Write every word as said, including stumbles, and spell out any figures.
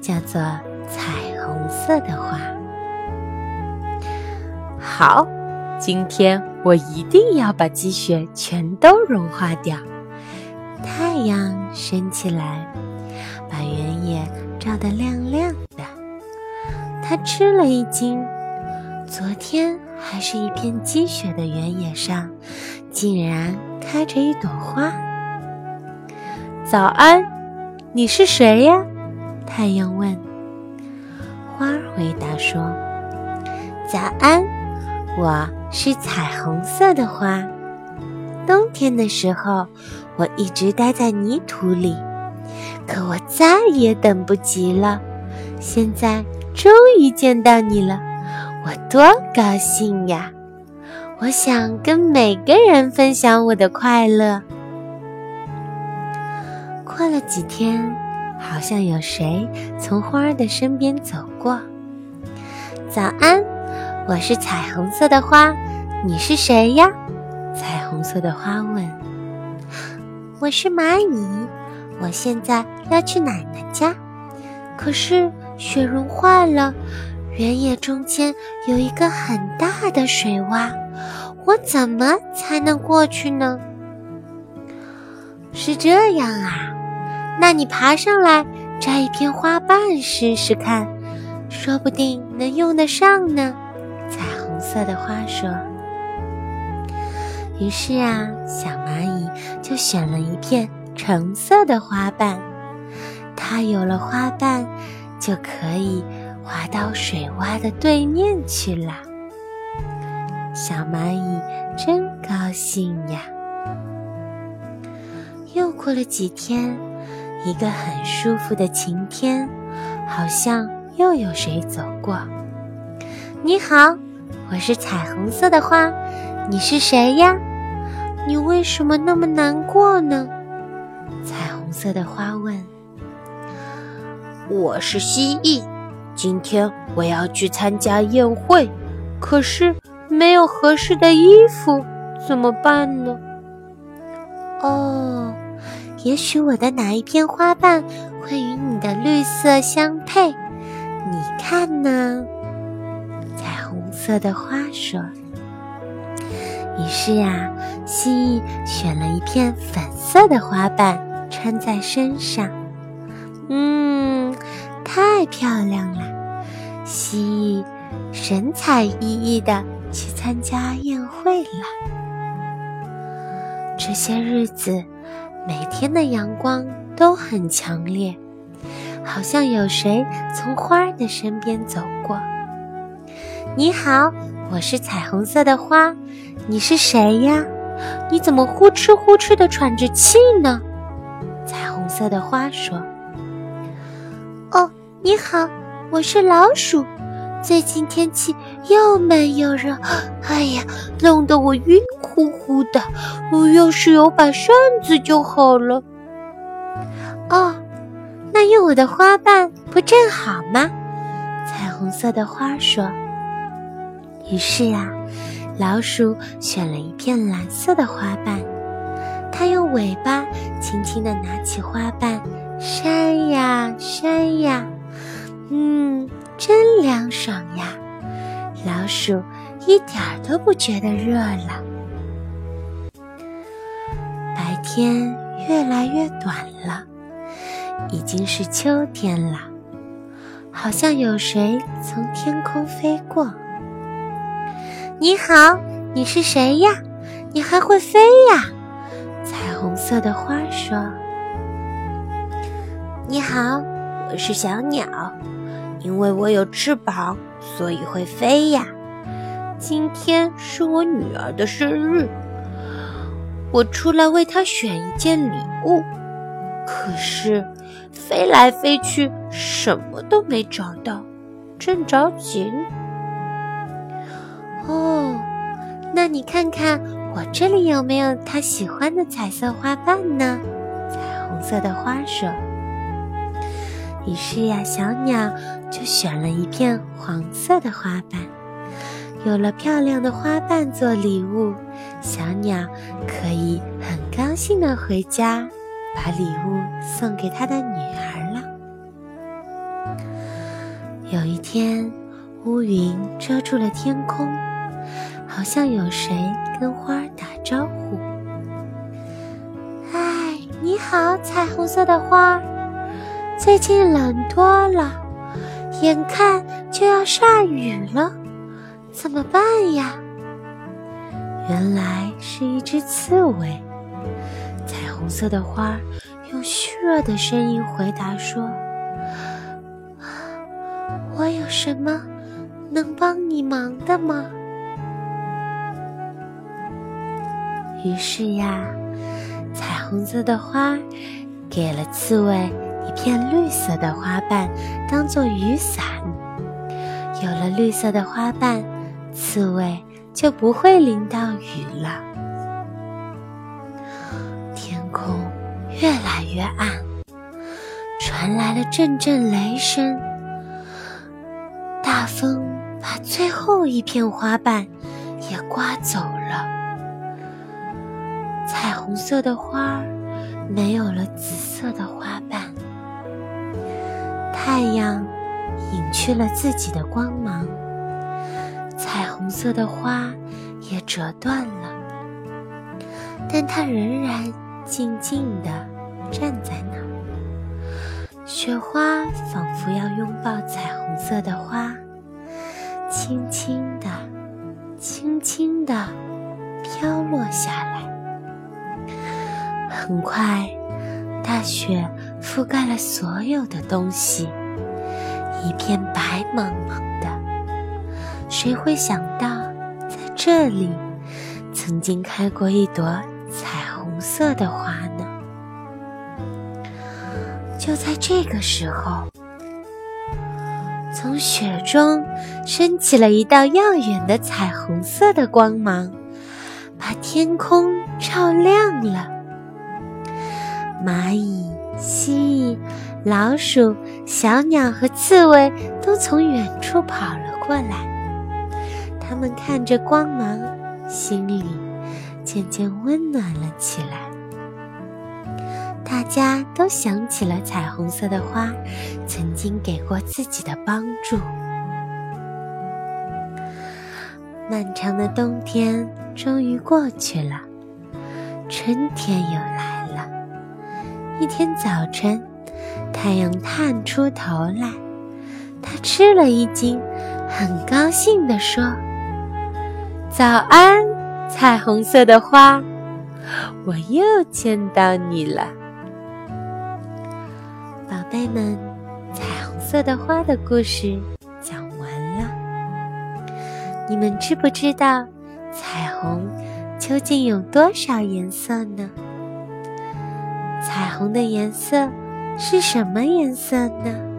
叫做彩虹色的花。好，今天我一定要把积雪全都融化掉。太阳升起来，把原野照得亮亮的。他吃了一惊，昨天还是一片积雪的原野上，竟然开着一朵花。早安，你是谁呀？太阳问。花儿回答说：早安，我是彩虹色的花。冬天的时候，我一直待在泥土里，可我再也等不及了。现在终于见到你了，我多高兴呀！我想跟每个人分享我的快乐。过了几天，好像有谁从花儿的身边走过。早安，我是彩虹色的花，你是谁呀？彩虹色的花问。我是蚂蚁，我现在要去奶奶家，可是雪融化了，原野中间有一个很大的水洼，我怎么才能过去呢？是这样啊，那你爬上来摘一片花瓣试试看，说不定能用得上呢。彩虹色的花说。于是啊，小蚂蚁就选了一片橙色的花瓣，它有了花瓣，就可以滑到水洼的对面去了。小蚂蚁真高兴呀！又过了几天，一个很舒服的晴天，好像又有谁走过。你好，我是彩虹色的花，你是谁呀？你为什么那么难过呢？彩虹色的花问。 我是蜥蜴，今天我要去参加宴会，可是没有合适的衣服，怎么办呢？ 哦，也许我的哪一片花瓣会与你的绿色相配，你看呢？彩虹色的花说。于是啊，蜥蜴选了一片粉色的花瓣穿在身上。嗯，太漂亮了！蜥蜴神采奕奕地去参加宴会了。这些日子，每天的阳光都很强烈，好像有谁从花儿的身边走过。你好，我是彩虹色的花，你是谁呀？你怎么呼哧呼哧地喘着气呢？彩虹色的花说。哦，你好，我是老鼠，最近天气又闷又热，哎呀，冷得我晕乎乎的，我要是有把扇子就好了。哦，那用我的花瓣不正好吗？彩虹色的花说。于是啊，老鼠选了一片蓝色的花瓣，它用尾巴轻轻地拿起花瓣，扇呀扇呀，嗯，真凉爽呀！老鼠一点儿都不觉得热了。白天越来越短了，已经是秋天了，好像有谁从天空飞过。你好，你是谁呀？你还会飞呀？彩虹色的花说。 你好，我是小鸟，因为我有翅膀，所以会飞呀。今天是我女儿的生日，我出来为她选一件礼物，可是飞来飞去，什么都没找到，正着急呢。 哦，那你看看我这里有没有她喜欢的彩色花瓣呢？彩虹色的花说。于是呀，小鸟就选了一片黄色的花瓣。有了漂亮的花瓣做礼物，小鸟可以很高兴地回家，把礼物送给它的女儿了。 有一天，乌云遮住了天空，好像有谁跟花儿打招呼。嗨，你好，彩虹色的花儿，最近冷多了，眼看就要下雨了，怎么办呀？原来是一只刺猬。彩虹色的花儿用虚弱的声音回答说：我有什么能帮你忙的吗？于是呀，彩虹色的花给了刺猬一片绿色的花瓣当做雨伞。有了绿色的花瓣，刺猬就不会淋到雨了。天空越来越暗，传来了阵阵雷声。大风把最后一片花瓣也刮走了。彩虹色的花儿没有了紫色的花瓣，太阳隐去了自己的光芒，彩虹色的花也折断了，但它仍然静静地站在那儿。雪花仿佛要拥抱彩虹色的花，轻轻地、轻轻地飘落下来。很快，大雪覆盖了所有的东西，一片白茫茫的。谁会想到，在这里曾经开过一朵彩虹色的花呢？就在这个时候，从雪中升起了一道耀眼的彩虹色的光芒，把天空照亮了。蚂蚁、蜥蜴、老鼠、小鸟和刺猬都从远处跑了过来，它们看着光芒，心里渐渐温暖了起来。大家都想起了彩虹色的花曾经给过自己的帮助。漫长的冬天终于过去了，春天又来了。一天早晨，太阳探出头来，他吃了一惊，很高兴地说：早安，彩虹色的花，我又见到你了。宝贝们，彩虹色的花的故事讲完了。你们知不知道彩虹究竟有多少颜色呢？彩虹的颜色是什么颜色呢？